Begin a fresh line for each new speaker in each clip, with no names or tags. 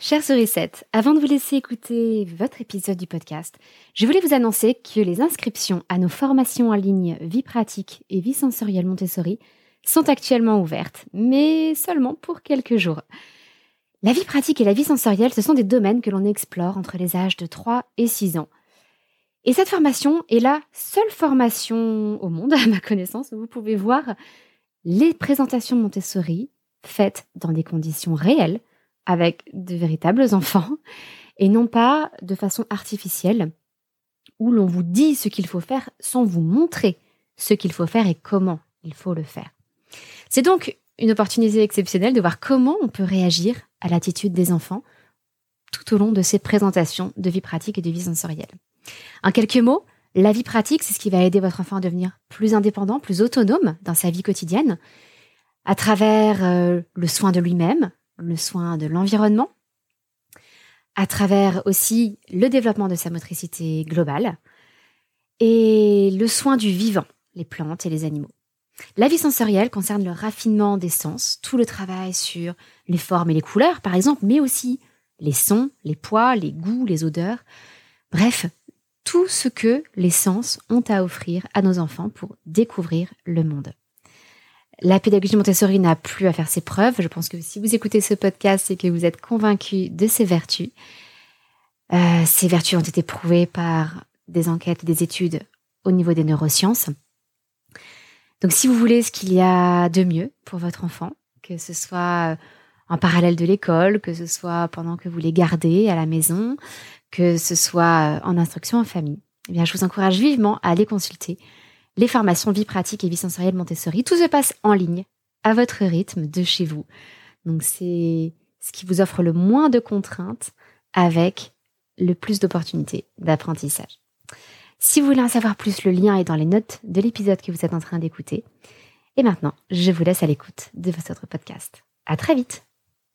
Chère Sourisette, avant de vous laisser écouter votre épisode du podcast, je voulais vous annoncer que les inscriptions à nos formations en ligne Vie pratique et Vie sensorielle Montessori sont actuellement ouvertes, mais seulement pour quelques jours. La vie pratique et la vie sensorielle, ce sont des domaines que l'on explore entre les âges de 3 et 6 ans. Et cette formation est la seule formation au monde, à ma connaissance, où vous pouvez voir les présentations Montessori faites dans des conditions réelles, avec de véritables enfants, et non pas de façon artificielle, où l'on vous dit ce qu'il faut faire sans vous montrer ce qu'il faut faire et comment il faut le faire. C'est donc une opportunité exceptionnelle de voir comment on peut réagir à l'attitude des enfants tout au long de ces présentations de vie pratique et de vie sensorielle. En quelques mots, la vie pratique, c'est ce qui va aider votre enfant à devenir plus indépendant, plus autonome dans sa vie quotidienne, à travers le soin de lui-même, le soin de l'environnement, à travers aussi le développement de sa motricité globale et le soin du vivant, les plantes et les animaux. La vie sensorielle concerne le raffinement des sens, tout le travail sur les formes et les couleurs, par exemple, mais aussi les sons, les poids, les goûts, les odeurs, bref, tout ce que les sens ont à offrir à nos enfants pour découvrir le monde. La pédagogie Montessori n'a plus à faire ses preuves. Je pense que si vous écoutez ce podcast, c'est que vous êtes convaincus de ses vertus. Ces vertus ont été prouvées par des enquêtes et des études au niveau des neurosciences. Donc si vous voulez ce qu'il y a de mieux pour votre enfant, que ce soit en parallèle de l'école, que ce soit pendant que vous les gardez à la maison, que ce soit en instruction en famille, eh bien, je vous encourage vivement à aller consulter les formations Vie pratique et Vie sensorielle Montessori. Tout se passe en ligne, à votre rythme, de chez vous. Donc c'est ce qui vous offre le moins de contraintes avec le plus d'opportunités d'apprentissage. Si vous voulez en savoir plus, le lien est dans les notes de l'épisode que vous êtes en train d'écouter. Et maintenant, je vous laisse à l'écoute de votre podcast. À très vite.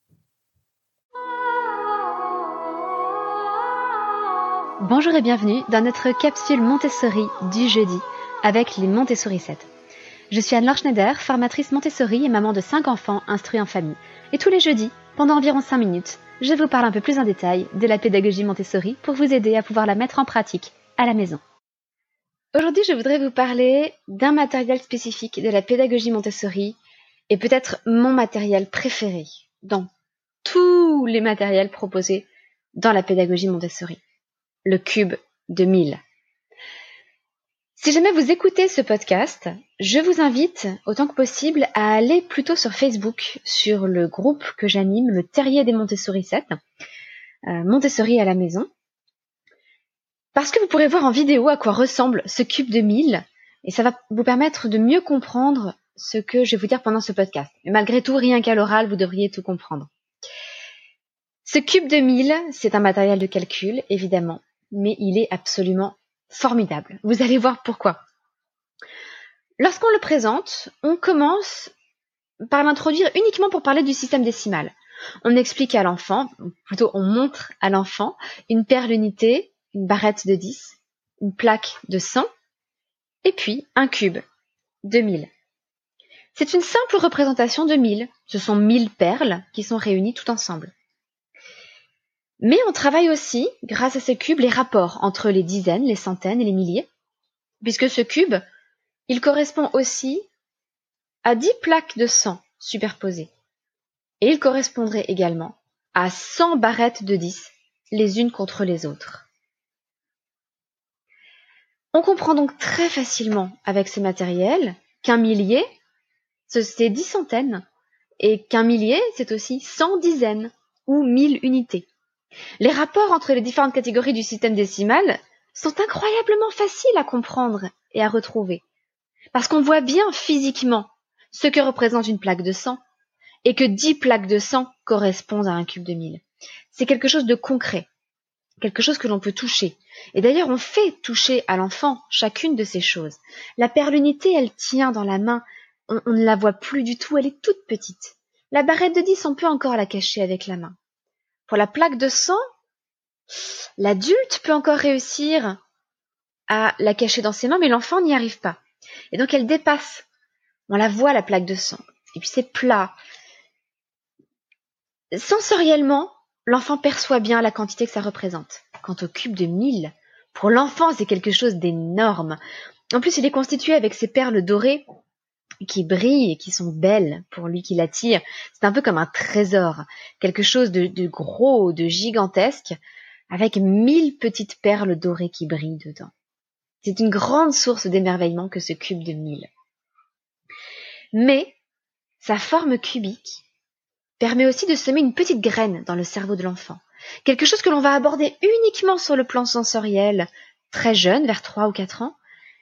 Bonjour et bienvenue dans notre capsule Montessori du jeudi avec les Montessori 7. Je suis Anne-Laure Schneider, formatrice Montessori et maman de 5 enfants instruits en famille. Et tous les jeudis, pendant environ 5 minutes, je vous parle un peu plus en détail de la pédagogie Montessori pour vous aider à pouvoir la mettre en pratique à la maison. Aujourd'hui, je voudrais vous parler d'un matériel spécifique de la pédagogie Montessori et peut-être mon matériel préféré dans tous les matériels proposés dans la pédagogie Montessori. Le cube de 1000. Si jamais vous écoutez ce podcast, je vous invite autant que possible à aller plutôt sur Facebook, sur le groupe que j'anime, le Terrier des Montessori 7, Montessori à la maison, parce que vous pourrez voir en vidéo à quoi ressemble ce cube de 1000, et ça va vous permettre de mieux comprendre ce que je vais vous dire pendant ce podcast. Mais malgré tout, rien qu'à l'oral, vous devriez tout comprendre. Ce cube de 1000, c'est un matériel de calcul, évidemment, mais il est absolument formidable. Vous allez voir pourquoi. Lorsqu'on le présente, on commence par l'introduire uniquement pour parler du système décimal. On explique à l'enfant, ou plutôt on montre à l'enfant une paire d'unités, une barrette de 10, une plaque de 100, et puis un cube de 1000. C'est une simple représentation de 1000. Ce sont 1000 perles qui sont réunies tout ensemble. Mais on travaille aussi, grâce à ces cubes, les rapports entre les dizaines, les centaines et les milliers, puisque ce cube, il correspond aussi à 10 plaques de 100 superposées. Et il correspondrait également à 100 barrettes de 10, les unes contre les autres. On comprend donc très facilement avec ce matériel qu'un millier, c'est 10 centaines, et qu'un millier, c'est aussi 100 dizaines ou 1000 unités. Les rapports entre les différentes catégories du système décimal sont incroyablement faciles à comprendre et à retrouver, parce qu'on voit bien physiquement ce que représente une plaque de 100 et que 10 plaques de 100 correspondent à un cube de 1000. C'est quelque chose de concret, quelque chose que l'on peut toucher. Et d'ailleurs, on fait toucher à l'enfant chacune de ces choses. La paire l'unité, elle tient dans la main, on ne la voit plus du tout, elle est toute petite. La barrette de 10, on peut encore la cacher avec la main. Pour la plaque de 100, l'adulte peut encore réussir à la cacher dans ses mains, mais l'enfant n'y arrive pas. Et donc elle dépasse. On la voit, la plaque de 100. Et puis c'est plat. Sensoriellement, l'enfant perçoit bien la quantité que ça représente. Quant au cube de 1000, pour l'enfant, c'est quelque chose d'énorme. En plus, il est constitué avec ces perles dorées qui brillent et qui sont belles pour lui, qui l'attirent. C'est un peu comme un trésor, quelque chose de gros, de gigantesque, avec 1000 petites perles dorées qui brillent dedans. C'est une grande source d'émerveillement que ce cube de 1000. Mais sa forme cubique permet aussi de semer une petite graine dans le cerveau de l'enfant. Quelque chose que l'on va aborder uniquement sur le plan sensoriel, très jeune, vers 3 ou 4 ans,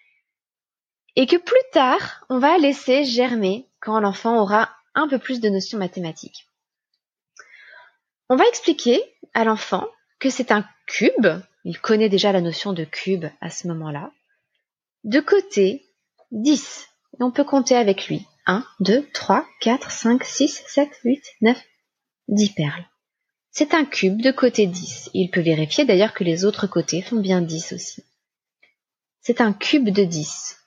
et que plus tard, on va laisser germer quand l'enfant aura un peu plus de notions mathématiques. On va expliquer à l'enfant que c'est un cube, il connaît déjà la notion de cube à ce moment-là, de côté 10, et on peut compter avec lui. 1, 2, 3, 4, 5, 6, 7, 8, 9, 10 perles. C'est un cube de côté 10. Il peut vérifier d'ailleurs que les autres côtés font bien 10 aussi. C'est un cube de 10.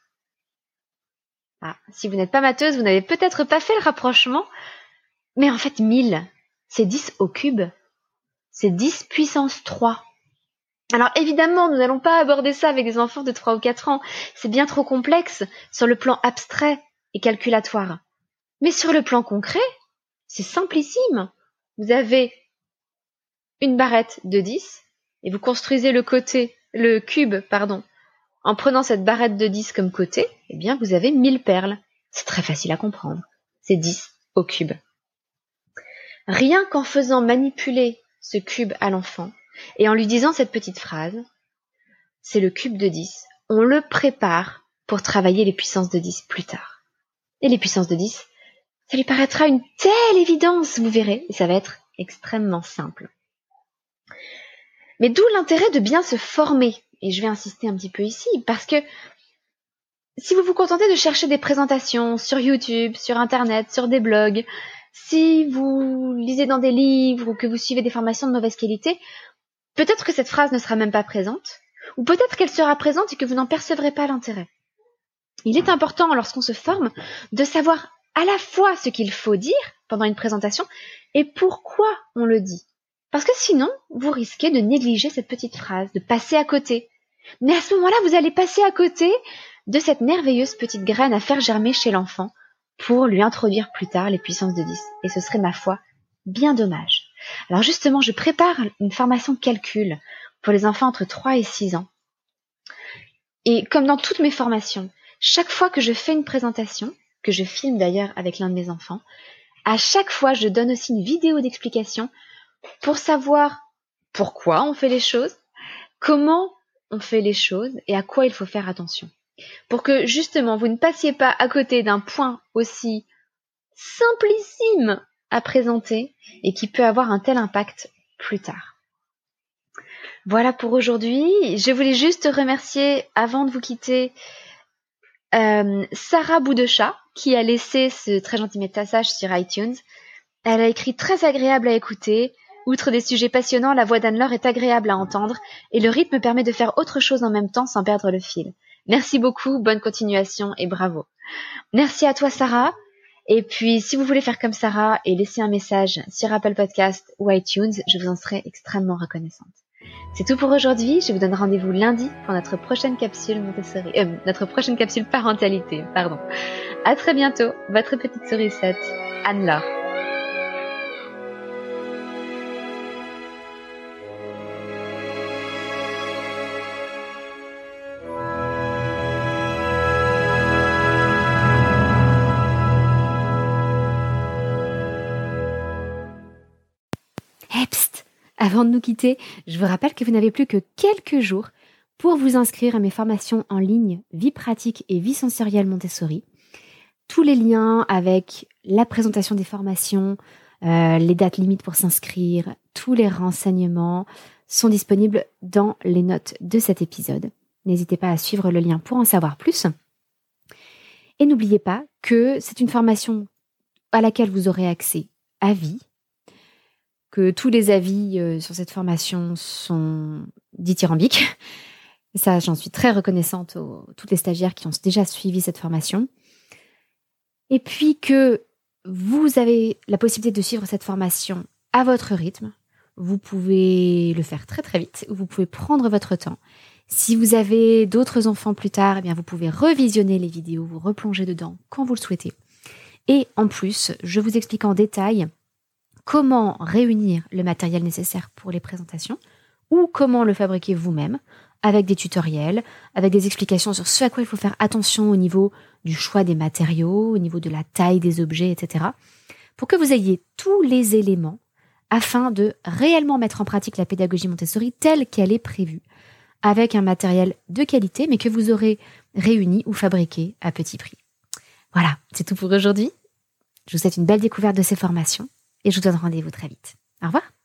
Ah, si vous n'êtes pas matheuse, vous n'avez peut-être pas fait le rapprochement, mais en fait 1000, c'est 10 au cube. C'est 10 puissance 3. Alors évidemment, nous n'allons pas aborder ça avec des enfants de 3 ou 4 ans. C'est bien trop complexe sur le plan abstrait et calculatoire. Mais sur le plan concret, c'est simplissime. Vous avez une barrette de 10 et vous construisez le cube, en prenant cette barrette de 10 comme côté, eh bien vous avez 1000 perles. C'est très facile à comprendre. C'est 10 au cube. Rien qu'en faisant manipuler ce cube à l'enfant et en lui disant cette petite phrase, c'est le cube de 10, on le prépare pour travailler les puissances de 10 plus tard. Et les puissances de 10, ça lui paraîtra une telle évidence, vous verrez, et ça va être extrêmement simple. Mais d'où l'intérêt de bien se former, et je vais insister un petit peu ici, parce que si vous vous contentez de chercher des présentations sur YouTube, sur Internet, sur des blogs, si vous lisez dans des livres ou que vous suivez des formations de mauvaise qualité, peut-être que cette phrase ne sera même pas présente, ou peut-être qu'elle sera présente et que vous n'en percevrez pas l'intérêt. Il est important, lorsqu'on se forme, de savoir à la fois ce qu'il faut dire pendant une présentation et pourquoi on le dit. Parce que sinon, vous risquez de négliger cette petite phrase, de passer à côté. Mais à ce moment-là, vous allez passer à côté de cette merveilleuse petite graine à faire germer chez l'enfant pour lui introduire plus tard les puissances de 10. Et ce serait, ma foi, bien dommage. Alors justement, je prépare une formation de calcul pour les enfants entre 3 et 6 ans. Et comme dans toutes mes formations, chaque fois que je fais une présentation, que je filme d'ailleurs avec l'un de mes enfants, à chaque fois, je donne aussi une vidéo d'explication pour savoir pourquoi on fait les choses, comment on fait les choses et à quoi il faut faire attention. Pour que justement, vous ne passiez pas à côté d'un point aussi simplissime à présenter et qui peut avoir un tel impact plus tard. Voilà pour aujourd'hui. Je voulais juste remercier, avant de vous quitter, Sarah Boudechat, qui a laissé ce très gentil message sur iTunes. Elle a écrit « Très agréable à écouter ». Outre des sujets passionnants, la voix d'Anne-Laure est agréable à entendre et le rythme permet de faire autre chose en même temps sans perdre le fil. Merci beaucoup, bonne continuation et bravo. Merci à toi Sarah. Et puis, si vous voulez faire comme Sarah et laisser un message sur Apple Podcast ou iTunes, je vous en serai extrêmement reconnaissante. C'est tout pour aujourd'hui. Je vous donne rendez-vous lundi pour notre prochaine capsule parentalité. À très bientôt, votre petite sourisette, Anne-Laure. Avant de nous quitter, je vous rappelle que vous n'avez plus que quelques jours pour vous inscrire à mes formations en ligne Vie pratique et vie sensorielle Montessori. Tous les liens avec la présentation des formations, les dates limites pour s'inscrire, tous les renseignements sont disponibles dans les notes de cet épisode. N'hésitez pas à suivre le lien pour en savoir plus. Et n'oubliez pas que c'est une formation à laquelle vous aurez accès à vie, que tous les avis sur cette formation sont dithyrambiques. Ça, j'en suis très reconnaissante aux toutes les stagiaires qui ont déjà suivi cette formation. Et puis que vous avez la possibilité de suivre cette formation à votre rythme. vous pouvez le faire très très vite, vous pouvez prendre votre temps. Si vous avez d'autres enfants plus tard, eh bien vous pouvez revisionner les vidéos, vous replonger dedans quand vous le souhaitez. Et en plus, je vous explique en détail comment réunir le matériel nécessaire pour les présentations ou comment le fabriquer vous-même avec des tutoriels, avec des explications sur ce à quoi il faut faire attention au niveau du choix des matériaux, au niveau de la taille des objets, etc. pour que vous ayez tous les éléments afin de réellement mettre en pratique la pédagogie Montessori telle qu'elle est prévue, avec un matériel de qualité, mais que vous aurez réuni ou fabriqué à petit prix. Voilà, c'est tout pour aujourd'hui. Je vous souhaite une belle découverte de ces formations et je vous donne rendez-vous très vite. Au revoir.